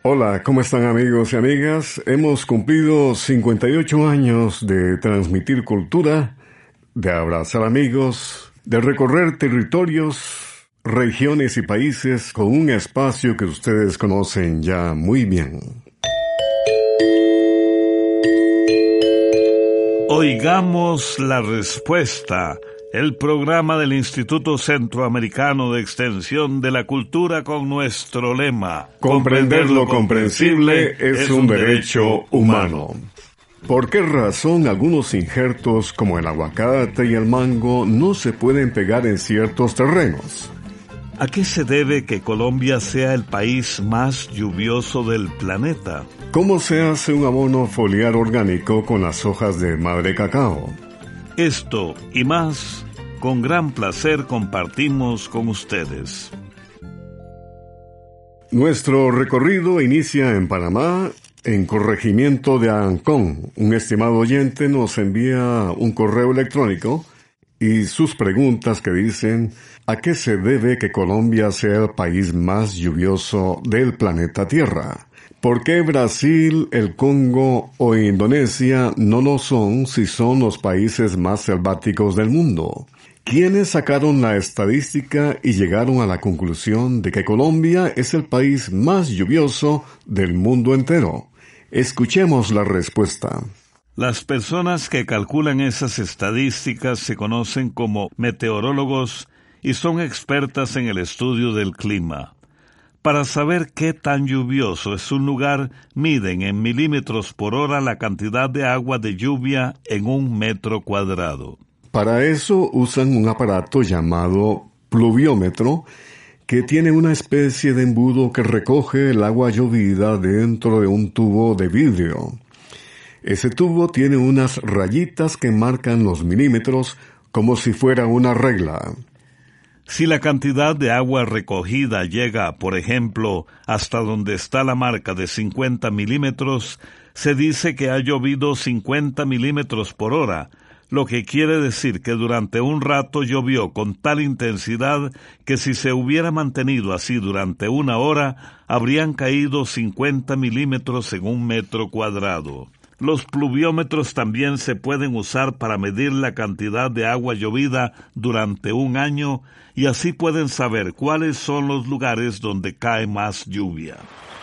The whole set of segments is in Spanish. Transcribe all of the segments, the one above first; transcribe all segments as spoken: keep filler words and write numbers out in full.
Hola, ¿cómo están amigos y amigas? Hemos cumplido cincuenta y ocho años de transmitir cultura, de abrazar amigos, de recorrer territorios, regiones y países con un espacio que ustedes conocen ya muy bien. Oigamos la respuesta, el programa del Instituto Centroamericano de Extensión de la Cultura con nuestro lema: Comprender lo comprensible es un derecho humano. ¿Por qué razón algunos injertos como el aguacate y el mango no se pueden pegar en ciertos terrenos? ¿A qué se debe que Colombia sea el país más lluvioso del planeta? ¿Cómo se hace un abono foliar orgánico con las hojas de madre cacao? Esto y más, con gran placer compartimos con ustedes. Nuestro recorrido inicia en Panamá, en corregimiento de Ancón. Un estimado oyente nos envía un correo electrónico y sus preguntas que dicen: ¿a qué se debe que Colombia sea el país más lluvioso del planeta Tierra? ¿Por qué Brasil, el Congo o Indonesia no lo son si son los países más selváticos del mundo? ¿Quiénes sacaron la estadística y llegaron a la conclusión de que Colombia es el país más lluvioso del mundo entero? Escuchemos la respuesta. Las personas que calculan esas estadísticas se conocen como meteorólogos y son expertas en el estudio del clima. Para saber qué tan lluvioso es un lugar, miden en milímetros por hora la cantidad de agua de lluvia en un metro cuadrado. Para eso usan un aparato llamado pluviómetro, que tiene una especie de embudo que recoge el agua llovida dentro de un tubo de vidrio. Ese tubo tiene unas rayitas que marcan los milímetros como si fuera una regla. Si la cantidad de agua recogida llega, por ejemplo, hasta donde está la marca de cincuenta milímetros, se dice que ha llovido cincuenta milímetros por hora, lo que quiere decir que durante un rato llovió con tal intensidad que si se hubiera mantenido así durante una hora, habrían caído cincuenta milímetros en un metro cuadrado. Los pluviómetros también se pueden usar para medir la cantidad de agua llovida durante un año y así pueden saber cuáles son los lugares donde cae más lluvia.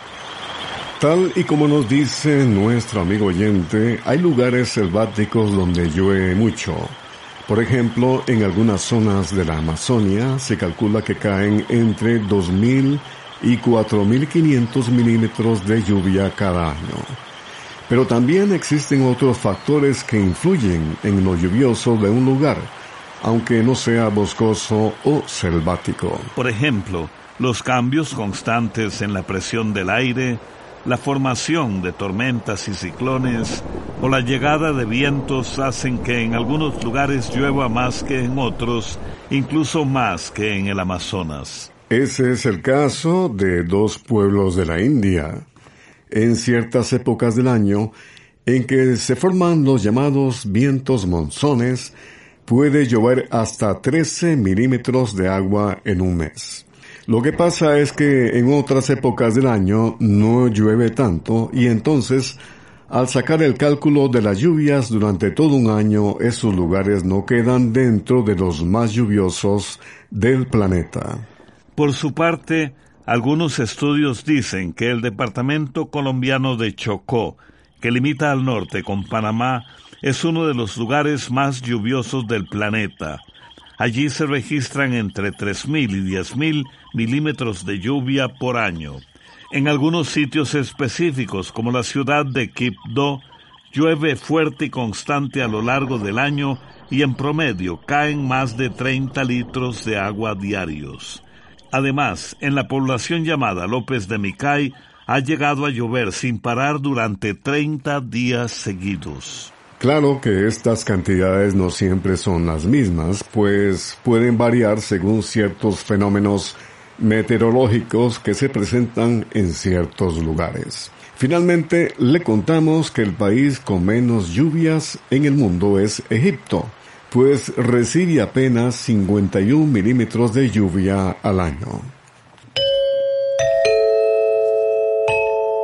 Tal y como nos dice nuestro amigo oyente, hay lugares selváticos donde llueve mucho. Por ejemplo, en algunas zonas de la Amazonia se calcula que caen entre dos mil y cuatro mil quinientos milímetros de lluvia cada año. Pero también existen otros factores que influyen en lo lluvioso de un lugar, aunque no sea boscoso o selvático. Por ejemplo, los cambios constantes en la presión del aire, la formación de tormentas y ciclones o la llegada de vientos hacen que en algunos lugares llueva más que en otros, incluso más que en el Amazonas. Ese es el caso de dos pueblos de la India. En ciertas épocas del año, en que se forman los llamados vientos monzones, puede llover hasta trece milímetros de agua en un mes. Lo que pasa es que en otras épocas del año no llueve tanto y entonces, al sacar el cálculo de las lluvias durante todo un año, esos lugares no quedan dentro de los más lluviosos del planeta. Por su parte, algunos estudios dicen que el departamento colombiano de Chocó, que limita al norte con Panamá, es uno de los lugares más lluviosos del planeta. Allí se registran entre tres mil y diez mil milímetros de lluvia por año. En algunos sitios específicos, como la ciudad de Quibdó, llueve fuerte y constante a lo largo del año y en promedio caen más de treinta litros de agua diarios. Además, en la población llamada López de Micay, ha llegado a llover sin parar durante treinta días seguidos. Claro que estas cantidades no siempre son las mismas, pues pueden variar según ciertos fenómenos meteorológicos que se presentan en ciertos lugares. Finalmente, le contamos que el país con menos lluvias en el mundo es Egipto, pues recibe apenas cincuenta y un milímetros de lluvia al año.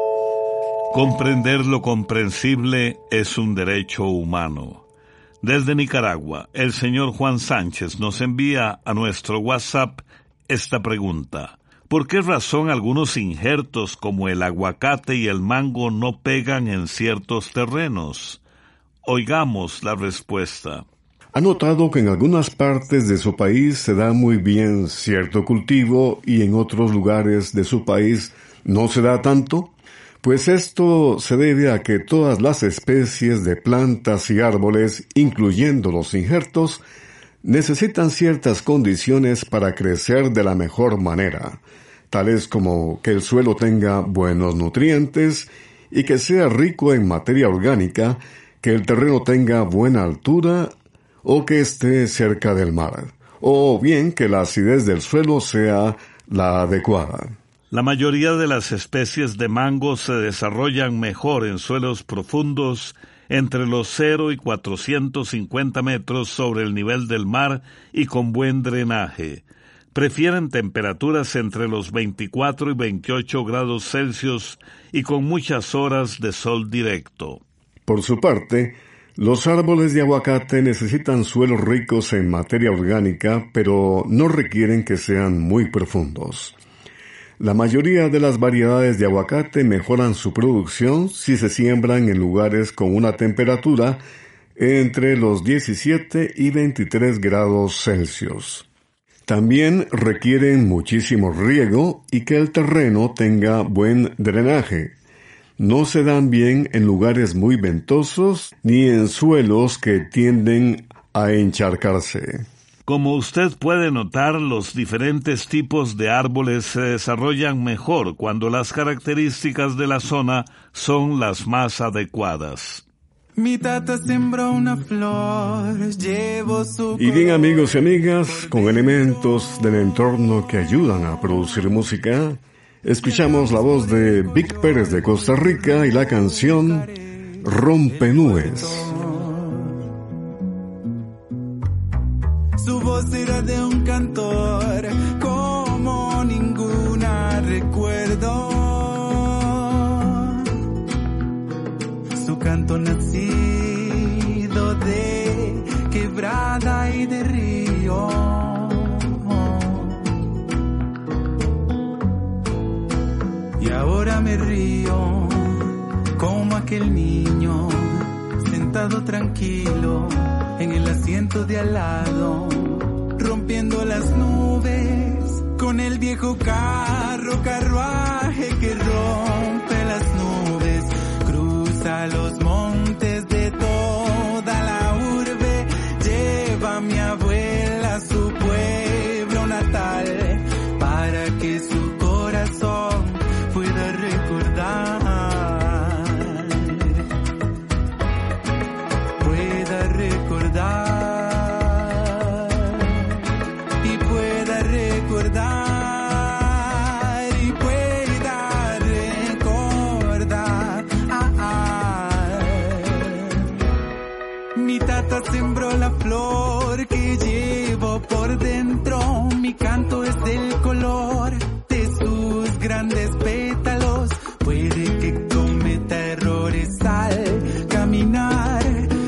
Comprender lo comprensible es un derecho humano. Desde Nicaragua, el señor Juan Sánchez nos envía a nuestro WhatsApp esta pregunta. ¿Por qué razón algunos injertos como el aguacate y el mango no pegan en ciertos terrenos? Oigamos la respuesta. ¿Ha notado que en algunas partes de su país se da muy bien cierto cultivo y en otros lugares de su país no se da tanto? Pues esto se debe a que todas las especies de plantas y árboles, incluyendo los injertos, necesitan ciertas condiciones para crecer de la mejor manera, tales como que el suelo tenga buenos nutrientes y que sea rico en materia orgánica, que el terreno tenga buena altura o que esté cerca del mar, o bien que la acidez del suelo sea la adecuada. La mayoría de las especies de mango se desarrollan mejor en suelos profundos entre los cero y cuatrocientos cincuenta metros sobre el nivel del mar y con buen drenaje. Prefieren temperaturas entre los veinticuatro y veintiocho grados Celsius y con muchas horas de sol directo. Por su parte, los árboles de aguacate necesitan suelos ricos en materia orgánica, pero no requieren que sean muy profundos. La mayoría de las variedades de aguacate mejoran su producción si se siembran en lugares con una temperatura entre los diecisiete y veintitrés grados Celsius. También requieren muchísimo riego y que el terreno tenga buen drenaje. No se dan bien en lugares muy ventosos ni en suelos que tienden a encharcarse. Como usted puede notar, los diferentes tipos de árboles se desarrollan mejor cuando las características de la zona son las más adecuadas. Mi tata sembró una flor, llevo su... Y bien, amigos y amigas, con elementos del entorno que ayudan a producir música, escuchamos la voz de Vic Pérez de Costa Rica y la canción Rompenúes. Su voz era de un cantor como ninguna recuerdo. Su canto nacido de quebrada y de río. Y ahora me río como aquel niño sentado tranquilo en el asiento de al lado, rompiendo las nubes con el viejo carro, carruaje que rompe las nubes, cruza los montes de toda la urbe, lleva a mi abuela a su pueblo natal, para que su corazón pueda recordar. Y pueda recordar, y pueda recordar. Ah, ah. Mi tata sembró la flor que llevo por dentro. Mi canto es el color de sus grandes pétalos. Puede que cometa errores al caminar,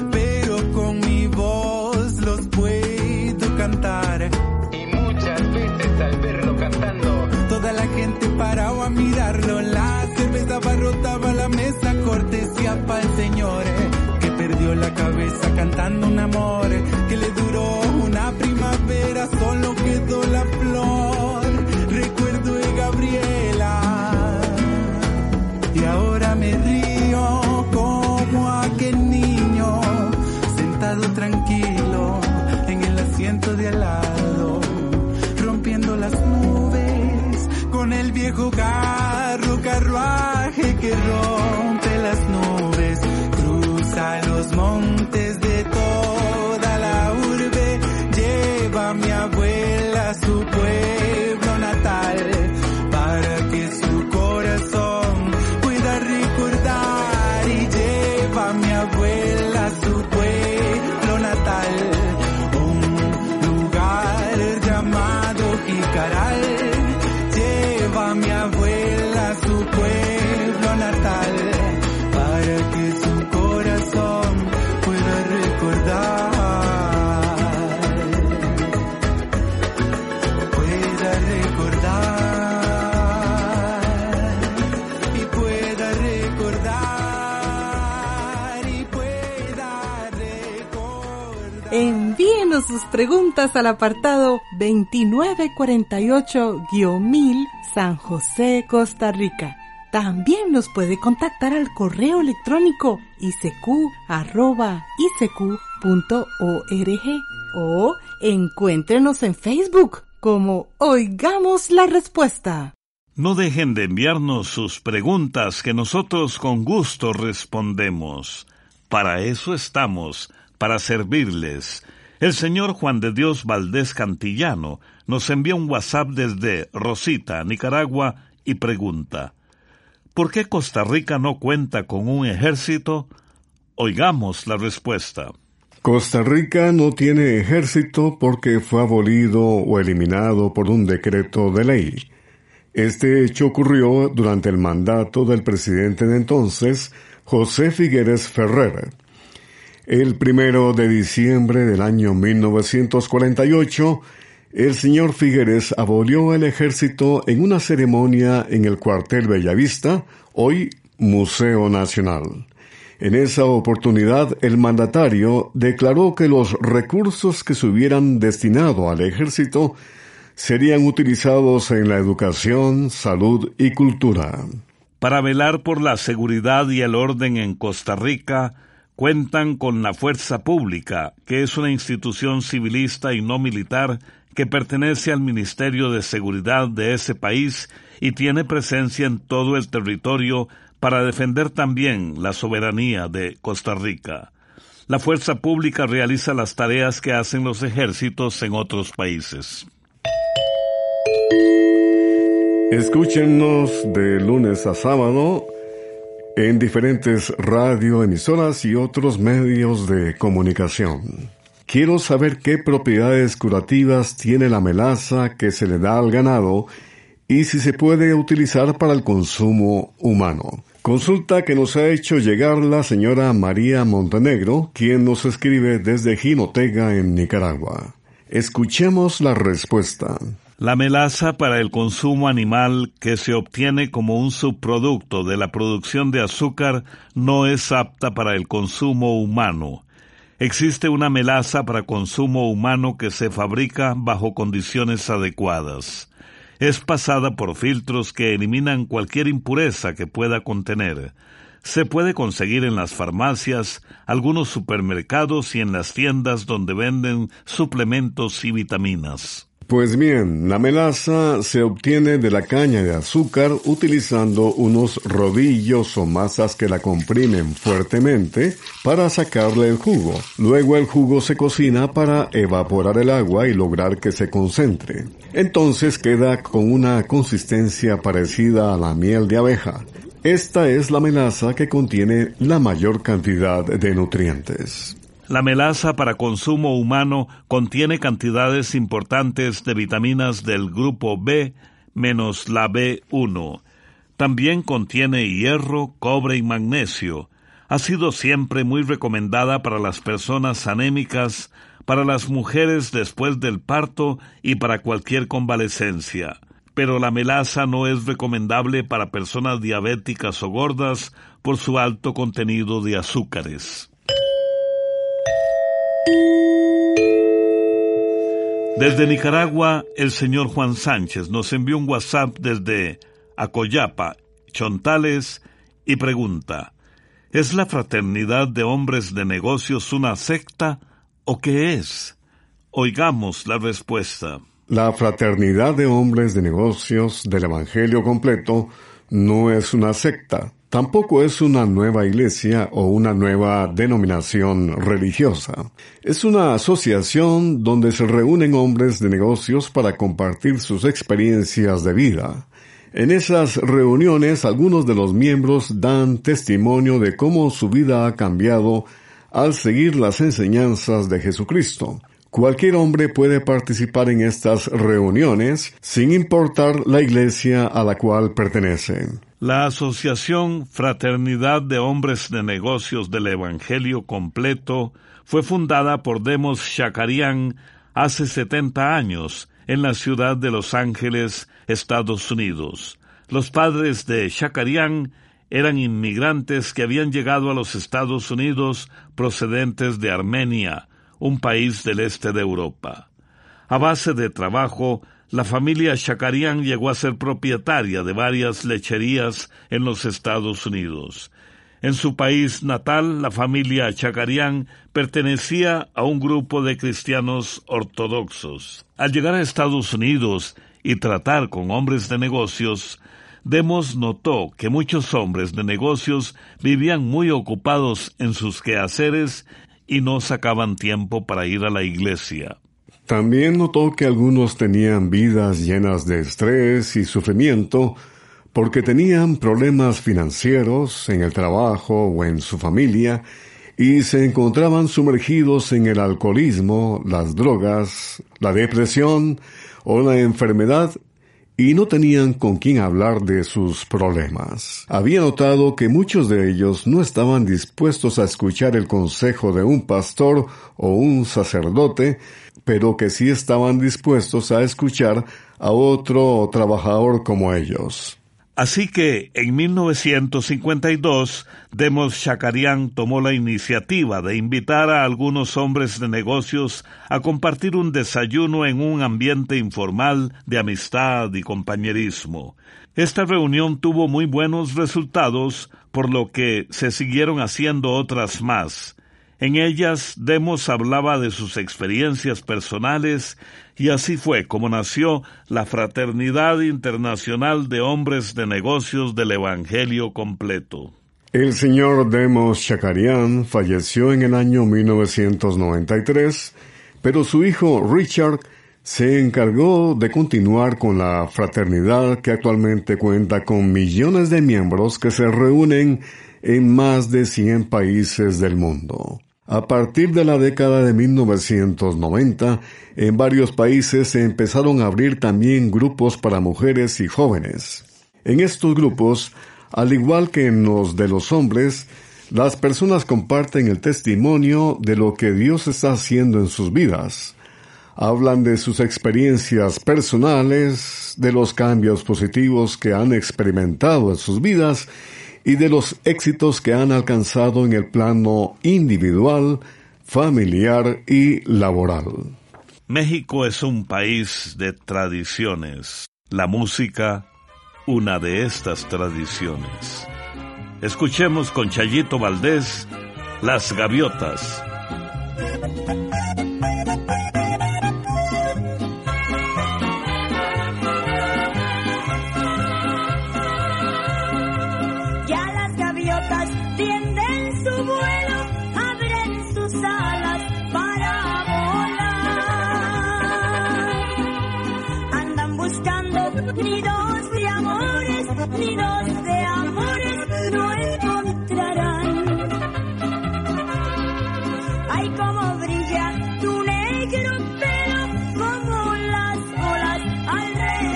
cantar. Y muchas veces al verlo cantando, toda la gente paraba a mirarlo. La cerveza abarrotaba la mesa, cortesía para el señor que perdió la cabeza cantando un amor que le duró una primavera, solo quedó la flor. Recuerdo de Gabriela y ahora me río como aquel niño sentado tranquilo en el asiento de al lado, rompiendo las nubes con el viejo carro, carruaje que rompe las nubes, cruza los montes de toda la urbe, lleva a mi abuela a su pueblo natal, para que su corazón pueda recordar, y lleva a mi abuela a su pueblo natal, Jicaral, lleva a mi abuela a su pueblo natal, sus preguntas al apartado veintinueve cuarenta y ocho mil San José, Costa Rica. También nos puede contactar al correo electrónico i c q arroba i c q punto org o encuéntrenos en Facebook como Oigamos la Respuesta. No dejen de enviarnos sus preguntas que nosotros con gusto respondemos. Para eso estamos, para servirles. El señor Juan de Dios Valdés Cantillano nos envía un WhatsApp desde Rosita, Nicaragua, y pregunta: ¿por qué Costa Rica no cuenta con un ejército? Oigamos la respuesta. Costa Rica no tiene ejército porque fue abolido o eliminado por un decreto de ley. Este hecho ocurrió durante el mandato del presidente de entonces, José Figueres Ferrer. El primero de diciembre del año mil novecientos cuarenta y ocho, el señor Figueres abolió el ejército en una ceremonia en el cuartel Bellavista, hoy Museo Nacional. En esa oportunidad, el mandatario declaró que los recursos que se hubieran destinado al ejército serían utilizados en la educación, salud y cultura. Para velar por la seguridad y el orden en Costa Rica, cuentan con la Fuerza Pública, que es una institución civilista y no militar que pertenece al Ministerio de Seguridad de ese país y tiene presencia en todo el territorio para defender también la soberanía de Costa Rica. La Fuerza Pública realiza las tareas que hacen los ejércitos en otros países. Escúchenos de lunes a sábado en diferentes radioemisoras y otros medios de comunicación. Quiero saber qué propiedades curativas tiene la melaza que se le da al ganado y si se puede utilizar para el consumo humano. Consulta que nos ha hecho llegar la señora María Montenegro, quien nos escribe desde Jinotega, en Nicaragua. Escuchemos la respuesta. La melaza para el consumo animal, que se obtiene como un subproducto de la producción de azúcar, no es apta para el consumo humano. Existe una melaza para consumo humano que se fabrica bajo condiciones adecuadas. Es pasada por filtros que eliminan cualquier impureza que pueda contener. Se puede conseguir en las farmacias, algunos supermercados y en las tiendas donde venden suplementos y vitaminas. Pues bien, la melaza se obtiene de la caña de azúcar utilizando unos rodillos o masas que la comprimen fuertemente para sacarle el jugo. Luego el jugo se cocina para evaporar el agua y lograr que se concentre. Entonces queda con una consistencia parecida a la miel de abeja. Esta es la melaza que contiene la mayor cantidad de nutrientes. La melaza para consumo humano contiene cantidades importantes de vitaminas del grupo B menos la B uno. También contiene hierro, cobre y magnesio. Ha sido siempre muy recomendada para las personas anémicas, para las mujeres después del parto y para cualquier convalecencia. Pero la melaza no es recomendable para personas diabéticas o gordas por su alto contenido de azúcares. Desde Nicaragua, el señor Juan Sánchez nos envió un WhatsApp desde Acoyapa, Chontales, y pregunta: ¿es la fraternidad de hombres de negocios una secta o qué es? Oigamos la respuesta. La fraternidad de hombres de negocios del Evangelio completo no es una secta. Tampoco es una nueva iglesia o una nueva denominación religiosa. Es una asociación donde se reúnen hombres de negocios para compartir sus experiencias de vida. En esas reuniones, algunos de los miembros dan testimonio de cómo su vida ha cambiado al seguir las enseñanzas de Jesucristo. Cualquier hombre puede participar en estas reuniones sin importar la iglesia a la cual pertenece. La Asociación Fraternidad de Hombres de Negocios del Evangelio Completo fue fundada por Demos Shakarian hace setenta años en la ciudad de Los Ángeles, Estados Unidos. Los padres de Shakarian eran inmigrantes que habían llegado a los Estados Unidos procedentes de Armenia, un país del este de Europa. A base de trabajo, la familia Shakarian llegó a ser propietaria de varias lecherías en los Estados Unidos. En su país natal, la familia Shakarian pertenecía a un grupo de cristianos ortodoxos. Al llegar a Estados Unidos y tratar con hombres de negocios, Demos notó que muchos hombres de negocios vivían muy ocupados en sus quehaceres y no sacaban tiempo para ir a la iglesia. También notó que algunos tenían vidas llenas de estrés y sufrimiento porque tenían problemas financieros en el trabajo o en su familia y se encontraban sumergidos en el alcoholismo, las drogas, la depresión o la enfermedad y no tenían con quién hablar de sus problemas. Había notado que muchos de ellos no estaban dispuestos a escuchar el consejo de un pastor o un sacerdote, pero que sí estaban dispuestos a escuchar a otro trabajador como ellos. Así que, en mil novecientos cincuenta y dos, Demos Shakarian tomó la iniciativa de invitar a algunos hombres de negocios a compartir un desayuno en un ambiente informal de amistad y compañerismo. Esta reunión tuvo muy buenos resultados, por lo que se siguieron haciendo otras más. En ellas, Demos hablaba de sus experiencias personales y así fue como nació la Fraternidad Internacional de Hombres de Negocios del Evangelio Completo. El señor Demos Shakarian falleció en el año mil novecientos noventa y tres, pero su hijo Richard se encargó de continuar con la fraternidad que actualmente cuenta con millones de miembros que se reúnen en más de cien países del mundo. A partir de la década de mil novecientos noventa, en varios países se empezaron a abrir también grupos para mujeres y jóvenes. En estos grupos, al igual que en los de los hombres, las personas comparten el testimonio de lo que Dios está haciendo en sus vidas. Hablan de sus experiencias personales, de los cambios positivos que han experimentado en sus vidas y de los éxitos que han alcanzado en el plano individual, familiar y laboral. México es un país de tradiciones. La música, una de estas tradiciones. Escuchemos con Chayito Valdés, Las Gaviotas. Tienden su vuelo, abren sus alas para volar. Andan buscando nidos de amores, nidos de amores no encontrarán. Ay, cómo brilla tu negro pelo, como las olas al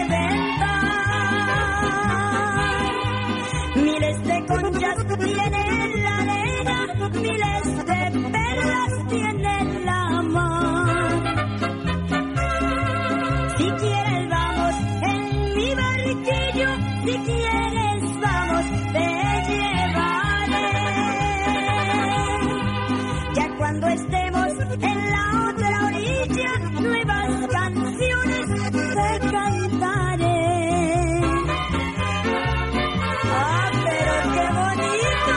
reventar. Miles de conchas tienen miles de perlas tiene la mar. Si quieres vamos en mi barquillo, si quieres vamos te llevaré. Ya cuando estemos en la otra orilla, nuevas canciones te cantaré. Ah, pero qué bonito.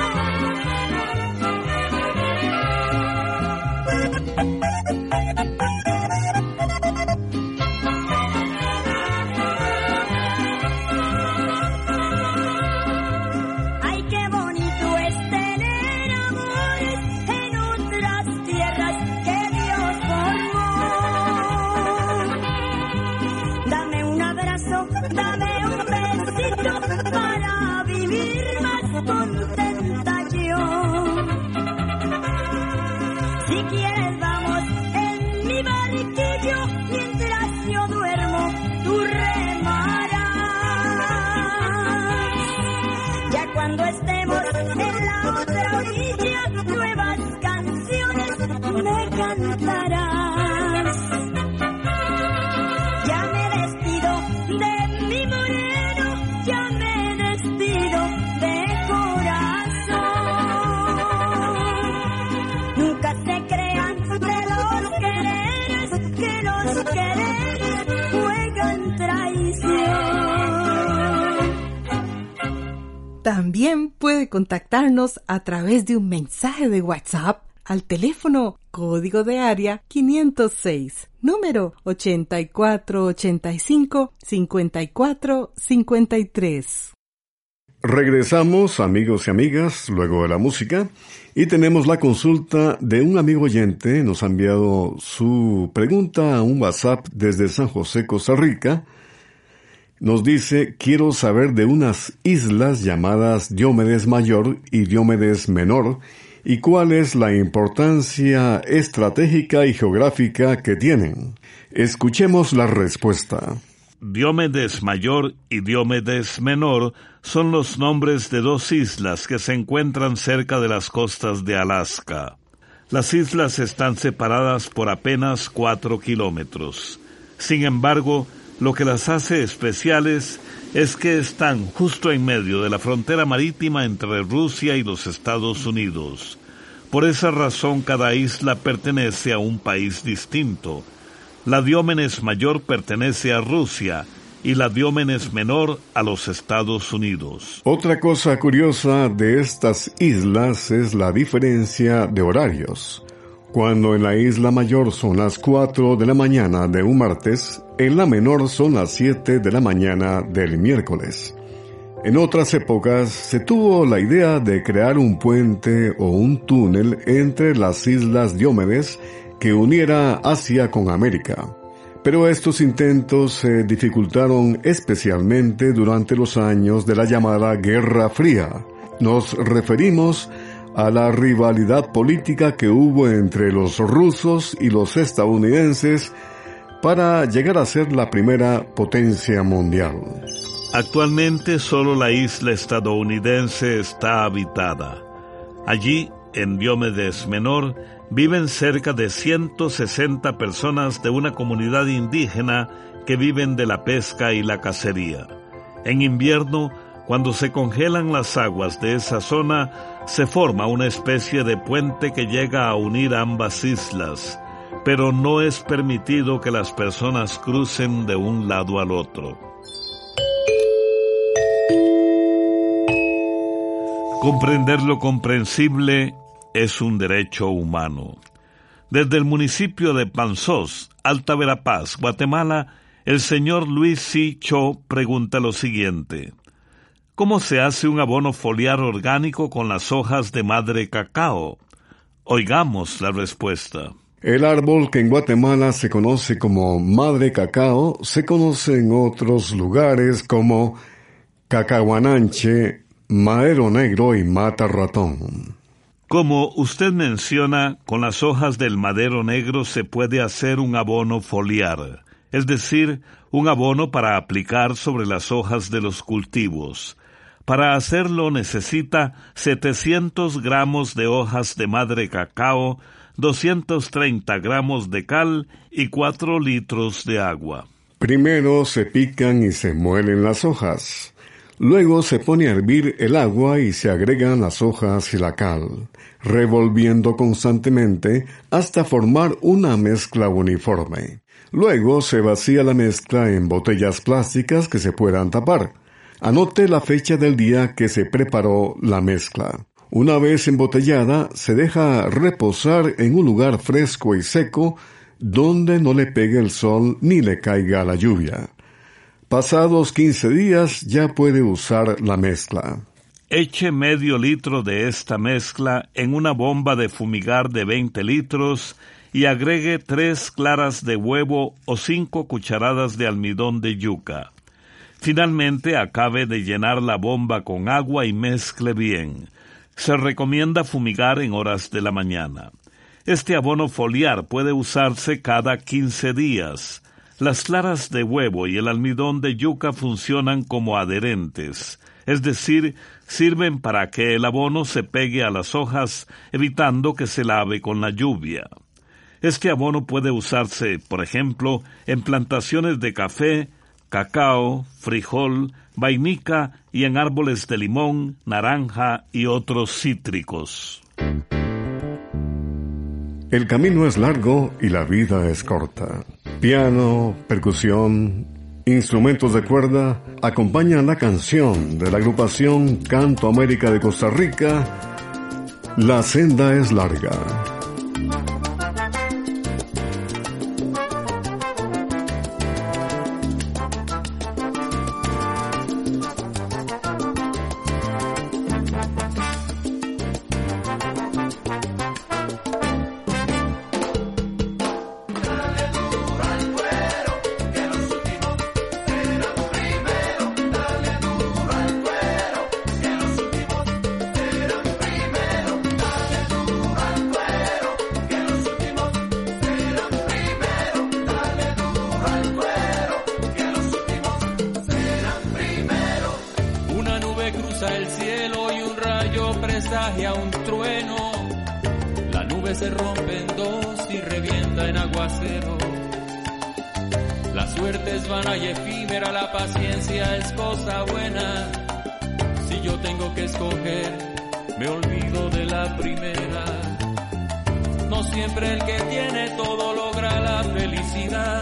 Ay, qué bonito es tener amores en otras tierras que Dios formó. Dame un abrazo, dame un besito para vivir más contenta yo. Si quieres vamos en mi barquillo, mientras yo duermo tú remarás. Ya cuando estemos en la otra orilla, nuevas canciones me cantarás. Ya me despido de mi moreno, ya me despido de corazón. Nunca se crean de los También puede contactarnos a través de un mensaje de WhatsApp al teléfono código de área quinientos seis, número ochenta y cuatro ochenta y cinco, cincuenta y cuatro cincuenta y tres. Regresamos, amigos y amigas, luego de la música, y tenemos la consulta de un amigo oyente. Nos ha enviado su pregunta a un WhatsApp desde San José, Costa Rica. Nos dice: quiero saber de unas islas llamadas Diomedes Mayor y Diomedes Menor, y cuál es la importancia estratégica y geográfica que tienen. Escuchemos la respuesta. Diomedes Mayor y Diomedes Menor son los nombres de dos islas que se encuentran cerca de las costas de Alaska. Las islas están separadas por apenas cuatro kilómetros. Sin embargo, lo que las hace especiales es que están justo en medio de la frontera marítima entre Rusia y los Estados Unidos. Por esa razón, cada isla pertenece a un país distinto. La Diómedes Mayor pertenece a Rusia y la Diómedes Menor a los Estados Unidos. Otra cosa curiosa de estas islas es la diferencia de horarios. Cuando en la isla mayor son las cuatro de la mañana de un martes, en la menor son las siete de la mañana del miércoles. En otras épocas se tuvo la idea de crear un puente o un túnel entre las islas Diómedes que uniera Asia con América. Pero estos intentos se dificultaron especialmente durante los años de la llamada Guerra Fría. Nos referimos a la rivalidad política que hubo entre los rusos y los estadounidenses para llegar a ser la primera potencia mundial. Actualmente solo la isla estadounidense está habitada. Allí, en Diomedes Menor, viven cerca de ciento sesenta personas de una comunidad indígena que viven de la pesca y la cacería. En invierno, cuando se congelan las aguas de esa zona, se forma una especie de puente que llega a unir ambas islas, pero no es permitido que las personas crucen de un lado al otro. Comprender lo comprensible es un derecho humano. Desde el municipio de Panzós, Alta Verapaz, Guatemala, el señor Luis C. Cho pregunta lo siguiente: ¿cómo se hace un abono foliar orgánico con las hojas de madre cacao? Oigamos la respuesta. El árbol, que en Guatemala se conoce como madre cacao, se conoce en otros lugares como cacahuananche, madero negro y mata ratón. Como usted menciona, con las hojas del madero negro se puede hacer un abono foliar, es decir, un abono para aplicar sobre las hojas de los cultivos. Para hacerlo necesita setecientos gramos de hojas de madre cacao, doscientos treinta gramos de cal y cuatro litros de agua. Primero se pican y se muelen las hojas. Luego se pone a hervir el agua y se agregan las hojas y la cal, revolviendo constantemente hasta formar una mezcla uniforme. Luego se vacía la mezcla en botellas plásticas que se puedan tapar. Anote la fecha del día que se preparó la mezcla. Una vez embotellada, se deja reposar en un lugar fresco y seco donde no le pegue el sol ni le caiga la lluvia. Pasados quince días ya puede usar la mezcla. Eche medio litro de esta mezcla en una bomba de fumigar de veinte litros y agregue tres claras de huevo o cinco cucharadas de almidón de yuca. Finalmente, acabe de llenar la bomba con agua y mezcle bien. Se recomienda fumigar en horas de la mañana. Este abono foliar puede usarse cada quince días. Las claras de huevo y el almidón de yuca funcionan como adherentes, es decir, sirven para que el abono se pegue a las hojas, evitando que se lave con la lluvia. Este abono puede usarse, por ejemplo, en plantaciones de café, cacao, frijol, vainica y en árboles de limón, naranja y otros cítricos. El camino es largo y la vida es corta. Piano, percusión, instrumentos de cuerda acompañan la canción de la agrupación Canto América de Costa Rica, La Senda es Larga. El cielo y un rayo presagia un trueno. La nube se rompe en dos y revienta en aguacero. La suerte es vana y efímera, la paciencia es cosa buena. Si yo tengo que escoger, me olvido de la primera. No siempre el que tiene todo logra la felicidad.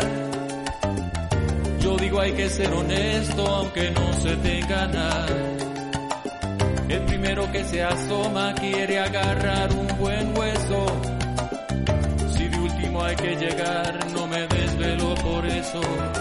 Yo digo hay que ser honesto aunque no se tenga nada. El primero que se asoma quiere agarrar un buen hueso. Si de último hay que llegar, no me desvelo por eso.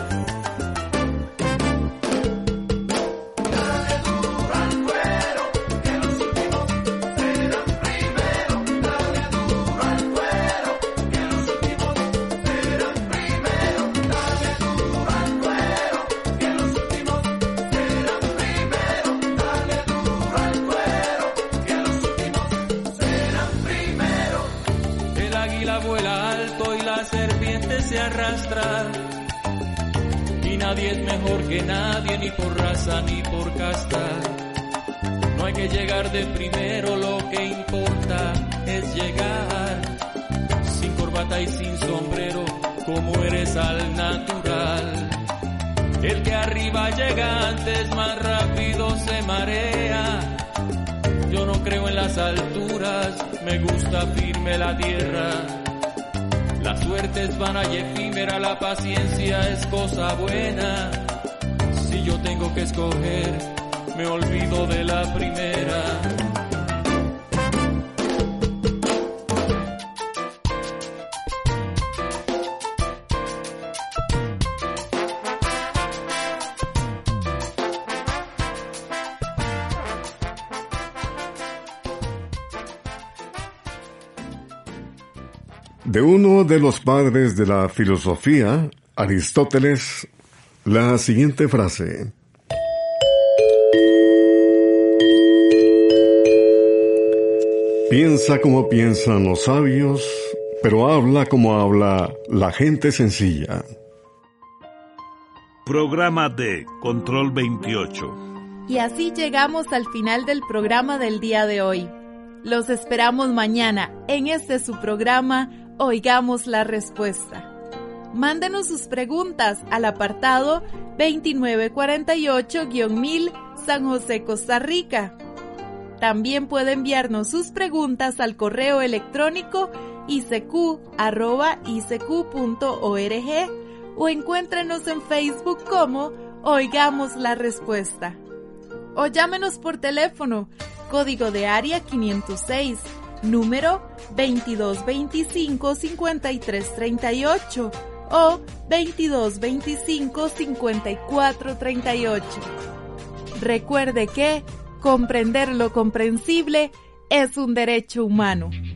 Se arrastra y nadie es mejor que nadie, ni por raza ni por casta. No hay que llegar de primero, lo que importa es llegar sin corbata y sin sombrero, como eres al natural. El que arriba llega antes, más rápido se marea. Yo no creo en las alturas, me gusta firme la tierra. La suerte es vana y efímera, la paciencia es cosa buena. Si yo tengo que escoger, me olvido de la primera. De uno de los padres de la filosofía, Aristóteles, la siguiente frase: piensa como piensan los sabios, pero habla como habla la gente sencilla. Programa de Control veintiocho. Y así llegamos al final del programa del día de hoy. Los esperamos mañana en este su programa Oigamos la Respuesta. Mándenos sus preguntas al apartado veintinueve cuarenta y ocho guión mil San José, Costa Rica. También puede enviarnos sus preguntas al correo electrónico i c q arroba i c q punto org o encuéntrenos en Facebook como Oigamos la Respuesta. O llámenos por teléfono, código de área quinientos seis, número veintidós veinticinco cincuenta y tres treinta y ocho o veintidós veinticinco cincuenta y cuatro treinta y ocho. Recuerde que comprender lo comprensible es un derecho humano.